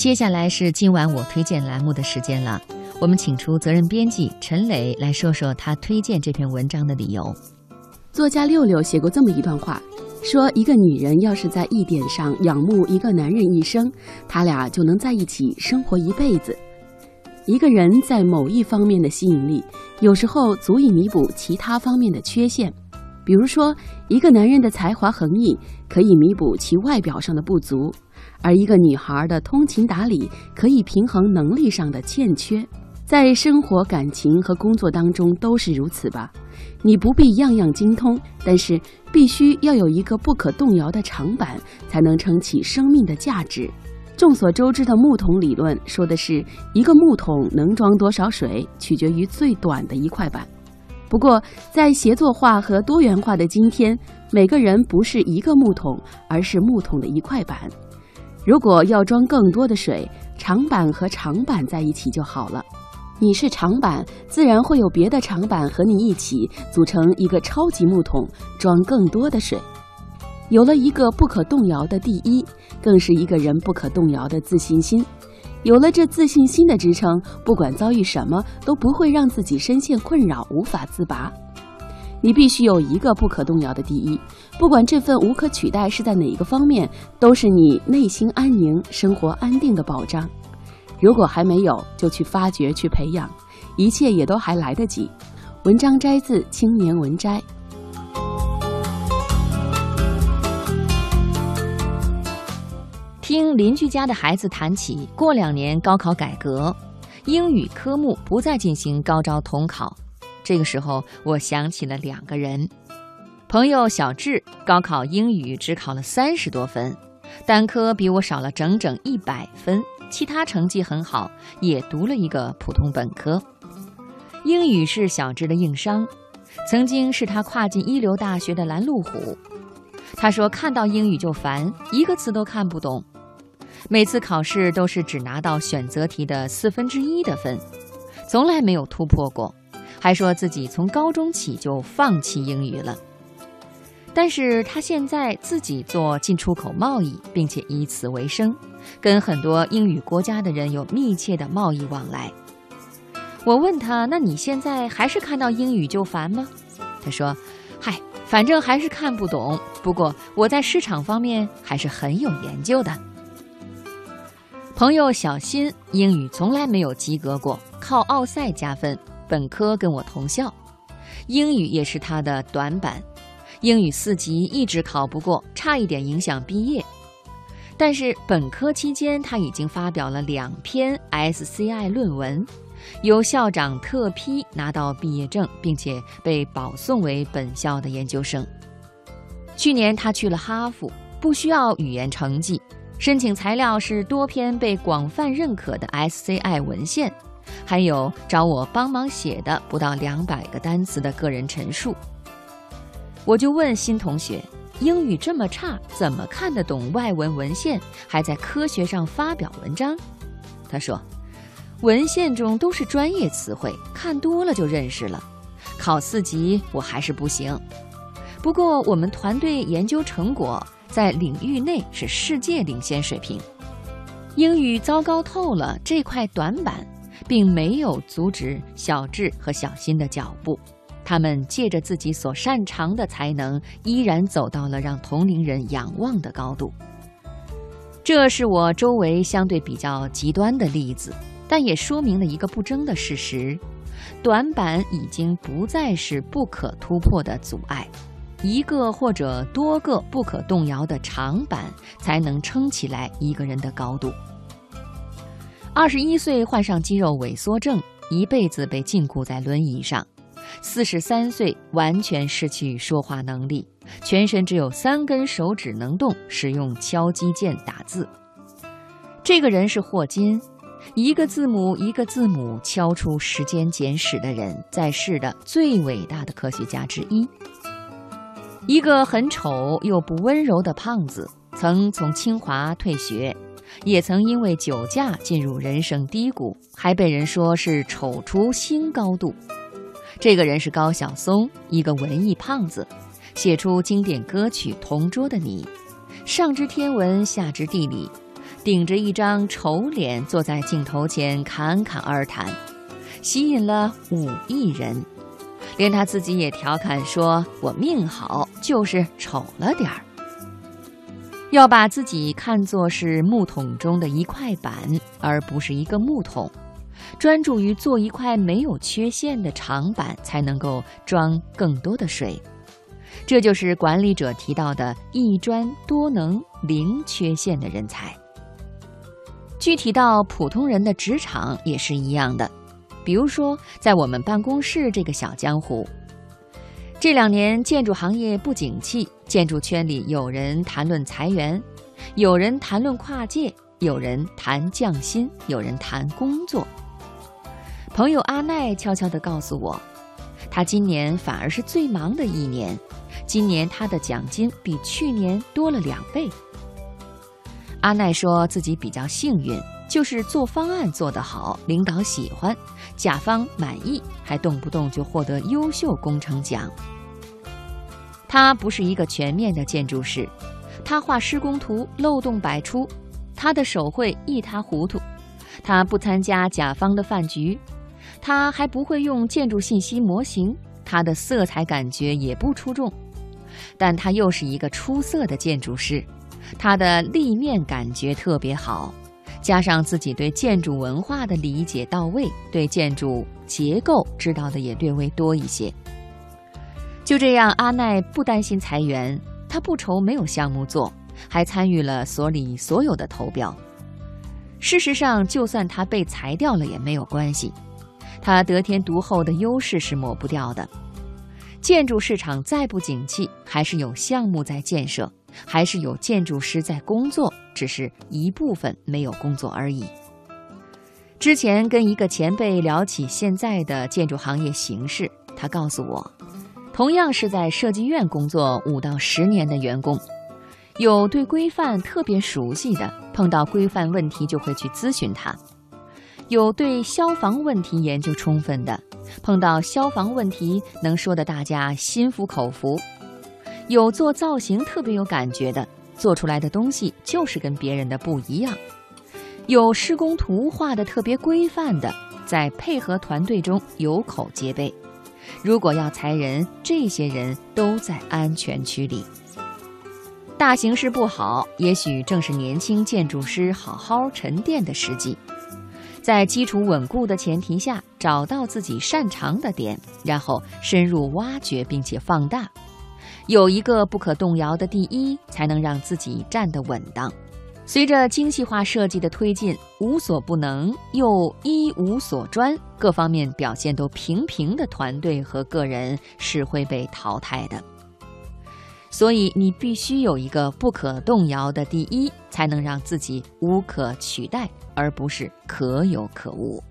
接下来是今晚我推荐栏目的时间了，我们请出责任编辑陈磊来说说他推荐这篇文章的理由。 作家六六写过这么一段话，说一个女人要是在一点上仰慕一个男人一生，他俩就能在一起生活一辈子。一个人在某一方面的吸引力，有时候足以弥补其他方面的缺陷。比如说，一个男人的才华横溢可以弥补其外表上的不足，而一个女孩的通情达理可以平衡能力上的欠缺。在生活、感情和工作当中都是如此吧。你不必样样精通，但是必须要有一个不可动摇的长板，才能撑起生命的价值。众所周知的木桶理论说的是，一个木桶能装多少水，取决于最短的一块板。不过，在协作化和多元化的今天，每个人不是一个木桶，而是木桶的一块板。如果要装更多的水，长板和长板在一起就好了。你是长板，自然会有别的长板和你一起组成一个超级木桶，装更多的水。有了一个不可动摇的第一，更是一个人不可动摇的自信心。有了这自信心的支撑，不管遭遇什么，都不会让自己深陷困扰，无法自拔。你必须有一个不可动摇的第一，不管这份无可取代是在哪一个方面，都是你内心安宁、生活安定的保障。如果还没有，就去发掘、去培养，一切也都还来得及。文章摘自《青年文摘》。 听邻居家的孩子谈起，过2年高考改革，英语科目不再进行高招统考。这个时候，我想起了2个人。朋友小智高考英语只考了30多分，单科比我少了整整100分，其他成绩很好，也读了一个普通本科。英语是小智的硬伤，曾经是他跨进一流大学的拦路虎。他说看到英语就烦，一个词都看不懂。每次考试都是只拿到选择题的1/4的分，从来没有突破过，还说自己从高中起就放弃英语了。但是他现在自己做进出口贸易，并且以此为生，跟很多英语国家的人有密切的贸易往来。我问他，那你现在还是看到英语就烦吗？他说，嗨，反正还是看不懂，不过我在市场方面还是很有研究的。朋友小新英语从来没有及格过，靠奥赛加分，本科跟我同校，英语也是他的短板，英语4级一直考不过，差一点影响毕业。但是本科期间他已经发表了2篇 SCI 论文，由校长特批拿到毕业证，并且被保送为本校的研究生。去年他去了哈佛，不需要语言成绩，申请材料是多篇被广泛认可的 SCI 文献，还有找我帮忙写的不到200个单词的个人陈述。我就问新同学，英语这么差，怎么看得懂外文文献，还在科学上发表文章？他说，文献中都是专业词汇，看多了就认识了，考4级我还是不行。不过我们团队研究成果在领域内是世界领先水平。英语糟糕透了，这块短板并没有阻止小智和小新的脚步，他们借着自己所擅长的才能，依然走到了让同龄人仰望的高度。这是我周围相对比较极端的例子，但也说明了一个不争的事实：短板已经不再是不可突破的阻碍，一个或者多个不可动摇的长板才能撑起来一个人的高度。21岁患上肌肉萎缩症，一辈子被禁锢在轮椅上。43岁完全失去说话能力，全身只有3根手指能动，使用敲击键打字。这个人是霍金，一个字母一个字母敲出时间简史的人，在世的最伟大的科学家之一。一个很丑又不温柔的胖子，曾从清华退学，也曾因为酒驾进入人生低谷，还被人说是丑出新高度。这个人是高晓松，一个文艺胖子，写出经典歌曲《同桌的你》，上知天文下知地理， 顶着一张丑脸坐在镜头前侃侃而谈，吸引了5亿人。连他自己也调侃说：“我命好，就是丑了点儿。”要把自己看作是木桶中的一块板，而不是一个木桶，专注于做一块没有缺陷的长板，才能够装更多的水。这就是管理者提到的一专多能、零缺陷的人才。具体到普通人的职场也是一样的。比如说，在我们办公室这个小江湖，这2年建筑行业不景气，建筑圈里有人谈论裁员，有人谈论跨界，有人谈降薪，有人谈工作。朋友阿奈悄悄地告诉我，他今年反而是最忙的一年，今年他的奖金比去年多了2倍。阿奈说自己比较幸运，就是做方案做得好，领导喜欢，甲方满意，还动不动就获得优秀工程奖。他不是一个全面的建筑师，他画施工图漏洞百出，他的手绘一塌糊涂，他不参加甲方的饭局，他还不会用建筑信息模型，他的色彩感觉也不出众，但他又是一个出色的建筑师，他的立面感觉特别好，加上自己对建筑文化的理解到位，对建筑结构知道的也略微多一些。就这样，阿奈不担心裁员，他不愁没有项目做，还参与了所里所有的投标。事实上，就算他被裁掉了也没有关系，他得天独厚的优势是抹不掉的。建筑市场再不景气，还是有项目在建设，还是有建筑师在工作，只是一部分没有工作而已。之前跟一个前辈聊起现在的建筑行业形势，他告诉我，同样是在设计院工作5到10年的员工，有对规范特别熟悉的，碰到规范问题就会去咨询他；有对消防问题研究充分的，碰到消防问题能说得大家心服口服；有做造型特别有感觉的，做出来的东西就是跟别人的不一样；有施工图画得特别规范的，在配合团队中有口皆碑。如果要裁人，这些人都在安全区里。大形势不好，也许正是年轻建筑师好好沉淀的时机。在基础稳固的前提下，找到自己擅长的点，然后深入挖掘并且放大，有一个不可动摇的第一，才能让自己站得稳当。随着精细化设计的推进，无所不能又一无所专，各方面表现都平平的团队和个人是会被淘汰的。所以你必须有一个不可动摇的第一，才能让自己无可取代，而不是可有可无。